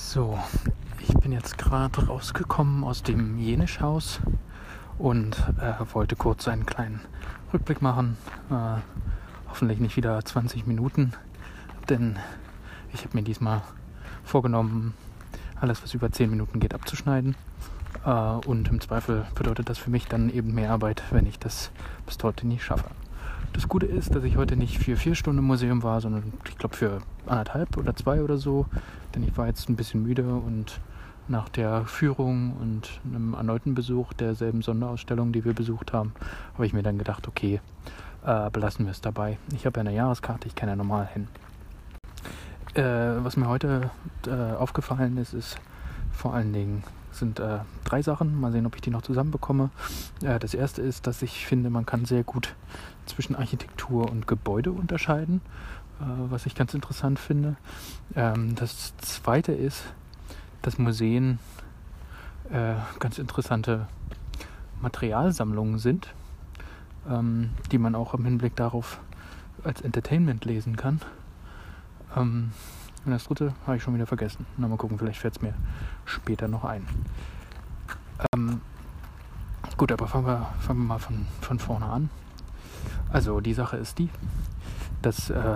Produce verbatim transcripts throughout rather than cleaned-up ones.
So, ich bin jetzt gerade rausgekommen aus dem Jenisch-Haus und äh, wollte kurz einen kleinen Rückblick machen. Äh, hoffentlich nicht wieder zwanzig Minuten, denn ich habe mir diesmal vorgenommen, alles, was über zehn Minuten geht, abzuschneiden. Äh, und im Zweifel bedeutet das für mich dann eben mehr Arbeit, wenn ich das bis heute nicht schaffe. Das Gute ist, dass ich heute nicht für vier Stunden im Museum war, sondern ich glaube für anderthalb oder zwei oder so. Denn ich war jetzt ein bisschen müde und nach der Führung und einem erneuten Besuch derselben Sonderausstellung, die wir besucht haben, habe ich mir dann gedacht, okay, äh, belassen wir es dabei. Ich habe ja eine Jahreskarte, ich kann ja normal hin. Äh, was mir heute äh, aufgefallen ist, ist vor allen Dingen sind äh, drei Sachen. Mal sehen, ob ich die noch zusammenbekomme. Äh, das erste ist, dass ich finde, man kann sehr gut zwischen Architektur und Gebäude unterscheiden, äh, was ich ganz interessant finde. Ähm, das zweite ist, dass Museen äh, ganz interessante Materialsammlungen sind, ähm, die man auch im Hinblick darauf als Entertainment lesen kann. Ähm, Und das dritte habe ich schon wieder vergessen. Na, mal gucken, vielleicht fällt es mir später noch ein. Ähm, gut, aber fangen wir, fangen wir mal von, von vorne an. Also die Sache ist die, dass äh,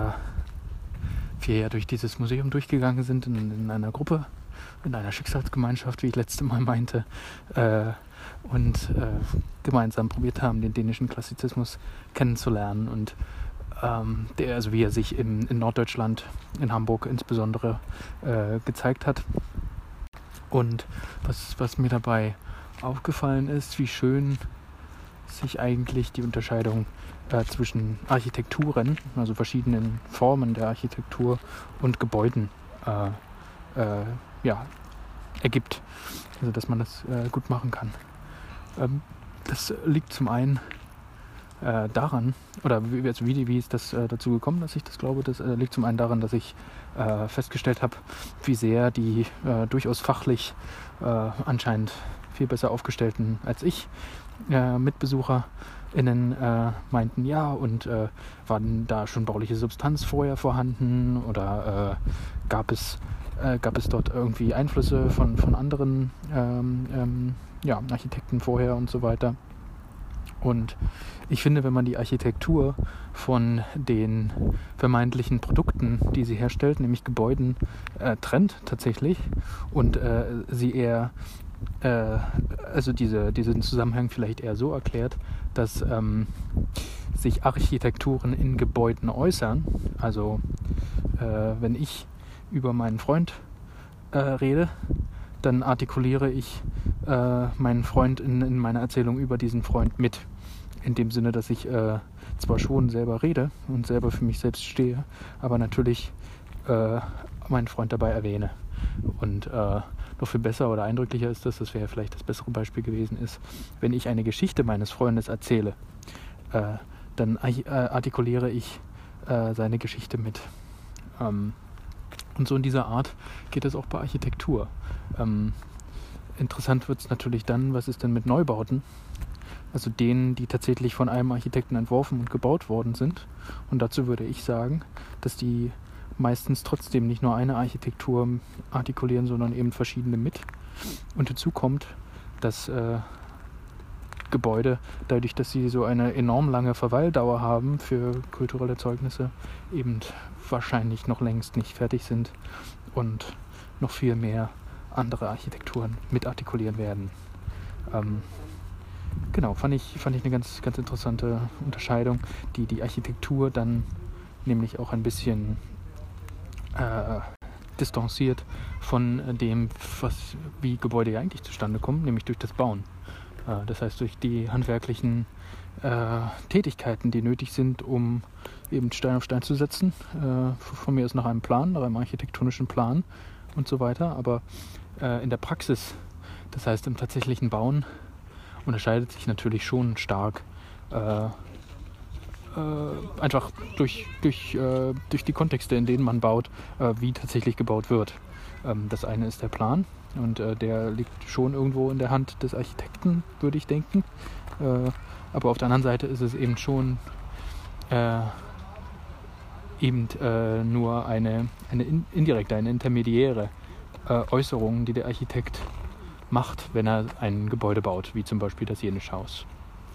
wir ja durch dieses Museum durchgegangen sind in, in einer Gruppe, in einer Schicksalsgemeinschaft, wie ich letzte Mal meinte, äh, und äh, gemeinsam probiert haben, den dänischen Klassizismus kennenzulernen und Ähm, der, also wie er sich im, in Norddeutschland, in Hamburg insbesondere, äh, gezeigt hat. Und was, was mir dabei aufgefallen ist, wie schön sich eigentlich die Unterscheidung äh, zwischen Architekturen, also verschiedenen Formen der Architektur und Gebäuden äh, äh, ja, ergibt. Also dass man das äh, gut machen kann. Ähm, das liegt zum einen Äh, daran, oder wie, also wie, wie ist das äh, dazu gekommen, dass ich das glaube? Das äh, liegt zum einen daran, dass ich äh, festgestellt habe, wie sehr die äh, durchaus fachlich äh, anscheinend viel besser aufgestellten als ich äh, MitbesucherInnen äh, meinten, ja, und äh, waren da schon bauliche Substanz vorher vorhanden oder äh, gab es äh, gab es dort irgendwie Einflüsse von, von anderen ähm, ähm, ja, Architekten vorher und so weiter. Und ich finde, wenn man die Architektur von den vermeintlichen Produkten, die sie herstellt, nämlich Gebäuden, äh, trennt tatsächlich und äh, sie eher, äh, also diese, diesen Zusammenhang vielleicht eher so erklärt, dass ähm, sich Architekturen in Gebäuden äußern. Also äh, wenn ich über meinen Freund äh, rede, dann artikuliere ich äh, meinen Freund in, in meiner Erzählung über diesen Freund mit. In dem Sinne, dass ich äh, zwar schon selber rede und selber für mich selbst stehe, aber natürlich äh, meinen Freund dabei erwähne. Und äh, noch viel besser oder eindrücklicher ist das, das wäre vielleicht das bessere Beispiel gewesen, ist, wenn ich eine Geschichte meines Freundes erzähle, äh, dann äh, artikuliere ich äh, seine Geschichte mit. Ähm, und so in dieser Art geht es auch bei Architektur. Ähm, interessant wird es natürlich dann, was ist denn mit Neubauten? Also denen, die tatsächlich von einem Architekten entworfen und gebaut worden sind. Und dazu würde ich sagen, dass die meistens trotzdem nicht nur eine Architektur artikulieren, sondern eben verschiedene mit. Und hinzu kommt, dass äh, Gebäude, dadurch, dass sie so eine enorm lange Verweildauer haben für kulturelle Zeugnisse, eben wahrscheinlich noch längst nicht fertig sind und noch viel mehr andere Architekturen mit artikulieren werden. Ähm, Genau, fand ich, fand ich eine ganz, ganz interessante Unterscheidung, die die Architektur dann nämlich auch ein bisschen äh, distanziert von dem, was, wie Gebäude ja eigentlich zustande kommen, nämlich durch das Bauen. Äh, das heißt, durch die handwerklichen äh, Tätigkeiten, die nötig sind, um eben Stein auf Stein zu setzen. Äh, von mir aus nach einem Plan, nach einem architektonischen Plan und so weiter. Aber äh, in der Praxis, das heißt im tatsächlichen Bauen, unterscheidet sich natürlich schon stark, äh, äh, einfach durch, durch, äh, durch die Kontexte, in denen man baut, äh, wie tatsächlich gebaut wird. Ähm, das eine ist der Plan und äh, der liegt schon irgendwo in der Hand des Architekten, würde ich denken. Äh, aber auf der anderen Seite ist es eben schon äh, eben äh, nur eine, eine in, indirekte, eine intermediäre äh, Äußerungen, die der Architekt macht, wenn er ein Gebäude baut, wie zum Beispiel das Jenisch-Haus.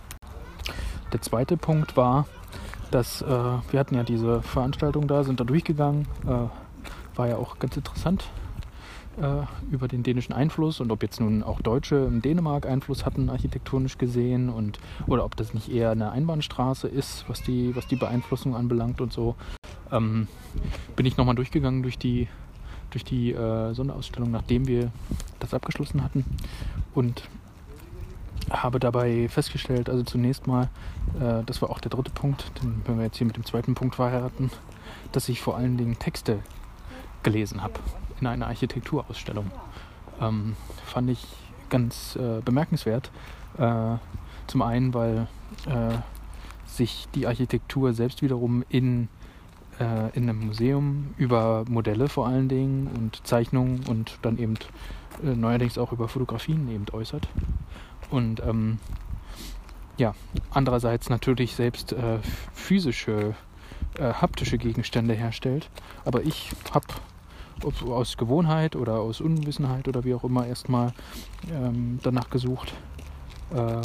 Der zweite Punkt war, dass äh, wir hatten ja diese Veranstaltung da, sind da durchgegangen, äh, war ja auch ganz interessant äh, über den dänischen Einfluss und ob jetzt nun auch Deutsche in Dänemark Einfluss hatten, architektonisch gesehen, und oder ob das nicht eher eine Einbahnstraße ist, was die, was die Beeinflussung anbelangt und so. Ähm, bin ich nochmal durchgegangen durch die, durch die äh, Sonderausstellung, nachdem wir das abgeschlossen hatten, und habe dabei festgestellt, also zunächst mal, äh, das war auch der dritte Punkt, den, wenn wir jetzt hier mit dem zweiten Punkt verheiraten, dass ich vor allen Dingen Texte gelesen habe in einer Architekturausstellung. Ähm, fand ich ganz äh, bemerkenswert. Äh, zum einen, weil äh, sich die Architektur selbst wiederum in, äh, in einem Museum über Modelle vor allen Dingen und Zeichnungen und dann eben äh, neuerdings auch über Fotografien eben äußert. Und ähm, ja, andererseits natürlich selbst äh, physische, äh, haptische Gegenstände herstellt. Aber ich habe aus Gewohnheit oder aus Unwissenheit oder wie auch immer erstmal ähm, danach gesucht, äh,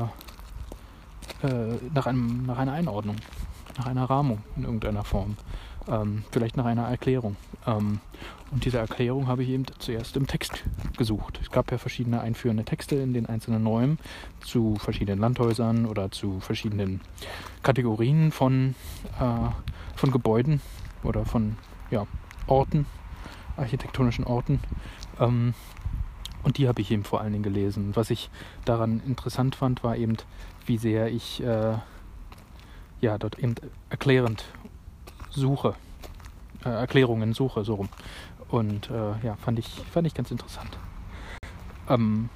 äh, nach, einem, nach einer Einordnung, nach einer Rahmung in irgendeiner Form. Ähm, vielleicht nach einer Erklärung. Ähm, und diese Erklärung habe ich eben zuerst im Text gesucht. Es gab ja verschiedene einführende Texte in den einzelnen Räumen zu verschiedenen Landhäusern oder zu verschiedenen Kategorien von, äh, von Gebäuden oder von ja, Orten, architektonischen Orten. Ähm, und die habe ich eben vor allen Dingen gelesen. Was ich daran interessant fand, war eben, wie sehr ich äh, ja, dort eben erklärend suche, äh, Erklärungen suche, so rum. Und äh, ja, fand ich, fand ich ganz interessant. Ähm,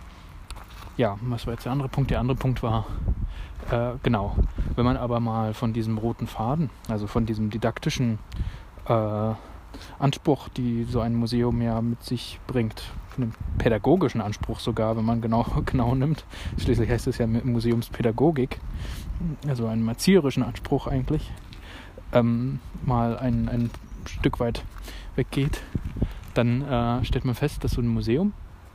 ja, was war jetzt der andere Punkt? Der andere Punkt war, äh, genau, wenn man aber mal von diesem roten Faden, also von diesem didaktischen äh, Anspruch, die so ein Museum ja mit sich bringt, von einem pädagogischen Anspruch sogar, wenn man genau, genau nimmt, schließlich heißt es ja Museumspädagogik, also einen erzieherischen Anspruch eigentlich, ähm, mal ein, ein Stück weit weggeht, dann äh, stellt man fest, dass so ein Museum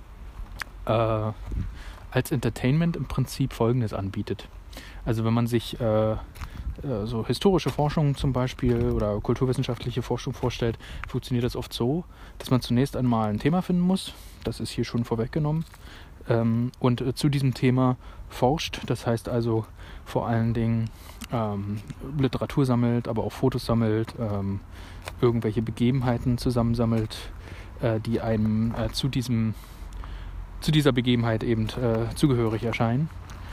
äh, als Entertainment im Prinzip Folgendes anbietet. Also wenn man sich äh, so historische Forschung zum Beispiel oder kulturwissenschaftliche Forschung vorstellt, funktioniert das oft so, dass man zunächst einmal ein Thema finden muss, das ist hier schon vorweggenommen, ähm, und äh, zu diesem Thema forscht, das heißt also vor allen Dingen ähm, Literatur sammelt, aber auch Fotos sammelt, ähm, irgendwelche Begebenheiten zusammensammelt, äh, die einem äh, zu diesem zu dieser Begebenheit eben äh, zugehörig erscheinen,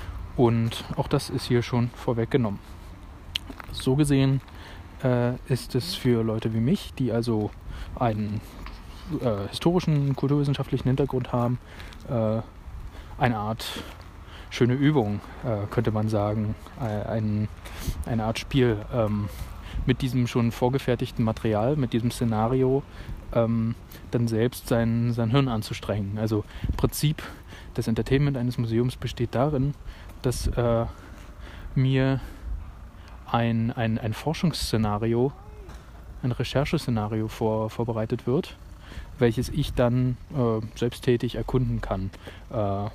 und auch das ist hier schon vorweggenommen. So gesehen äh, ist es für Leute wie mich, die also einen äh, historischen, kulturwissenschaftlichen Hintergrund haben, äh, eine Art schöne Übung, äh, könnte man sagen, äh, ein, eine Art Spiel ähm, mit diesem schon vorgefertigten Material, mit diesem Szenario, ähm, dann selbst sein, sein Hirn anzustrengen. Also im Prinzip, das Entertainment eines Museums besteht darin, dass äh, mir Ein, ein, ein Forschungsszenario, ein Rechercheszenario vor, vorbereitet wird, welches ich dann äh, selbsttätig erkunden kann. Äh,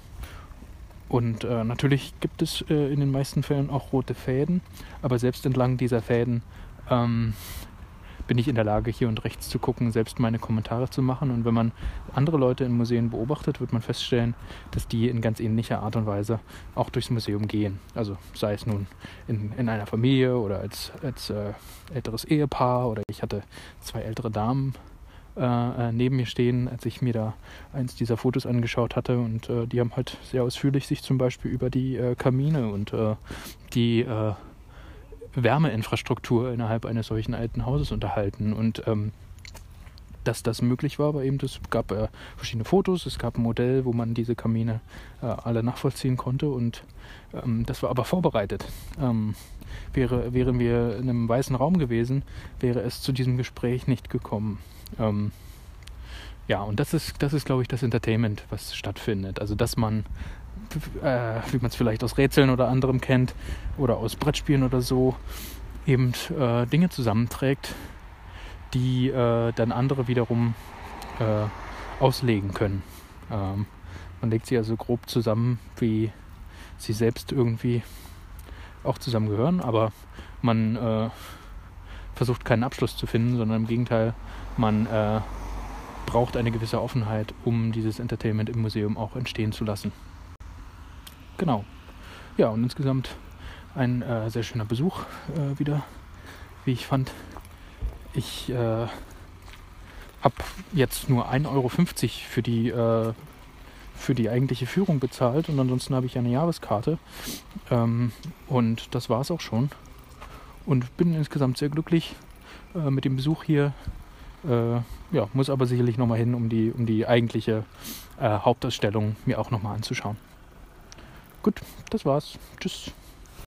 und äh, natürlich gibt es äh, in den meisten Fällen auch rote Fäden, aber selbst entlang dieser Fäden ähm, bin ich in der Lage, hier und rechts zu gucken, selbst meine Kommentare zu machen. Und wenn man andere Leute in Museen beobachtet, wird man feststellen, dass die in ganz ähnlicher Art und Weise auch durchs Museum gehen. Also sei es nun in, in einer Familie oder als, als äh, älteres Ehepaar, oder ich hatte zwei ältere Damen äh, neben mir stehen, als ich mir da eins dieser Fotos angeschaut hatte, und äh, die haben halt sehr ausführlich sich zum Beispiel über die äh, Kamine und äh, die äh, Wärmeinfrastruktur innerhalb eines solchen alten Hauses unterhalten. Und ähm, dass das möglich war, aber eben, es gab äh, verschiedene Fotos, es gab ein Modell, wo man diese Kamine äh, alle nachvollziehen konnte, und ähm, das war aber vorbereitet. Ähm, wäre, wären wir in einem weißen Raum gewesen, wäre es zu diesem Gespräch nicht gekommen. Ähm, ja, und das ist, das ist, glaube ich, das Entertainment, was stattfindet. Also, dass man, äh, wie man es vielleicht aus Rätseln oder anderem kennt oder aus Brettspielen oder so, eben äh, Dinge zusammenträgt, die äh, dann andere wiederum äh, auslegen können. Ähm, man legt sie also grob zusammen, wie sie selbst irgendwie auch zusammengehören, aber man äh, versucht keinen Abschluss zu finden, sondern im Gegenteil, man äh, braucht eine gewisse Offenheit, um dieses Entertainment im Museum auch entstehen zu lassen. Genau. Ja, und insgesamt ein äh, sehr schöner Besuch äh, wieder, wie ich fand. Ich äh, habe jetzt nur ein Euro fünfzig für die, äh, für die eigentliche Führung bezahlt und ansonsten habe ich eine Jahreskarte. Ähm, und das war es auch schon. Und bin insgesamt sehr glücklich äh, mit dem Besuch hier. Äh, ja, muss aber sicherlich nochmal hin, um die, um die eigentliche äh, Hauptausstellung mir auch nochmal anzuschauen. Gut, das war's. Tschüss.